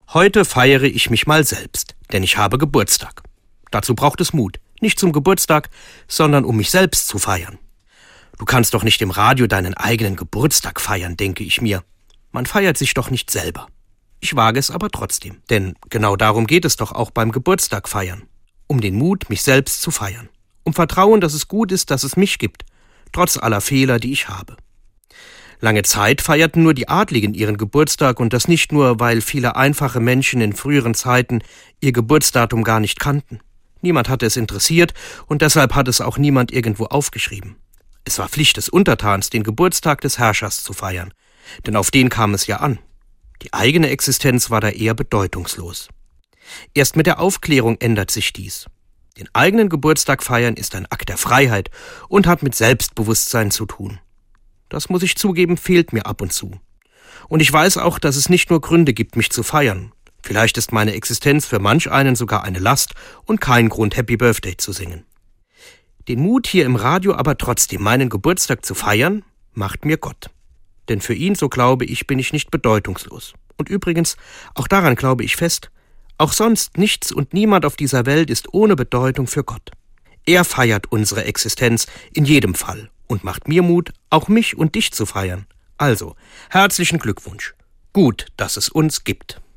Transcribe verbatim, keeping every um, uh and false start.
Heute feiere ich mich mal selbst, denn ich habe Geburtstag. Dazu braucht es Mut, nicht zum Geburtstag, sondern um mich selbst zu feiern. Du kannst doch nicht im Radio deinen eigenen Geburtstag feiern, denke ich mir. Man feiert sich doch nicht selber. Ich wage es aber trotzdem, denn genau darum geht es doch auch beim Geburtstag feiern. Um den Mut, mich selbst zu feiern. Um Vertrauen, dass es gut ist, dass es mich gibt, trotz aller Fehler, die ich habe. Lange Zeit feierten nur die Adligen ihren Geburtstag und das nicht nur, weil viele einfache Menschen in früheren Zeiten ihr Geburtsdatum gar nicht kannten. Niemand hatte es interessiert und deshalb hat es auch niemand irgendwo aufgeschrieben. Es war Pflicht des Untertans, den Geburtstag des Herrschers zu feiern, denn auf den kam es ja an. Die eigene Existenz war da eher bedeutungslos. Erst mit der Aufklärung ändert sich dies. Den eigenen Geburtstag feiern ist ein Akt der Freiheit und hat mit Selbstbewusstsein zu tun. Das muss ich zugeben, fehlt mir ab und zu. Und ich weiß auch, dass es nicht nur Gründe gibt, mich zu feiern. Vielleicht ist meine Existenz für manch einen sogar eine Last und kein Grund, Happy Birthday zu singen. Den Mut, hier im Radio aber trotzdem meinen Geburtstag zu feiern, macht mir Gott. Denn für ihn, so glaube ich, bin ich nicht bedeutungslos. Und übrigens, auch daran glaube ich fest, auch sonst nichts und niemand auf dieser Welt ist ohne Bedeutung für Gott. Er feiert unsere Existenz in jedem Fall und macht mir Mut, auch mich und dich zu feiern. Also, herzlichen Glückwunsch. Gut, dass es uns gibt.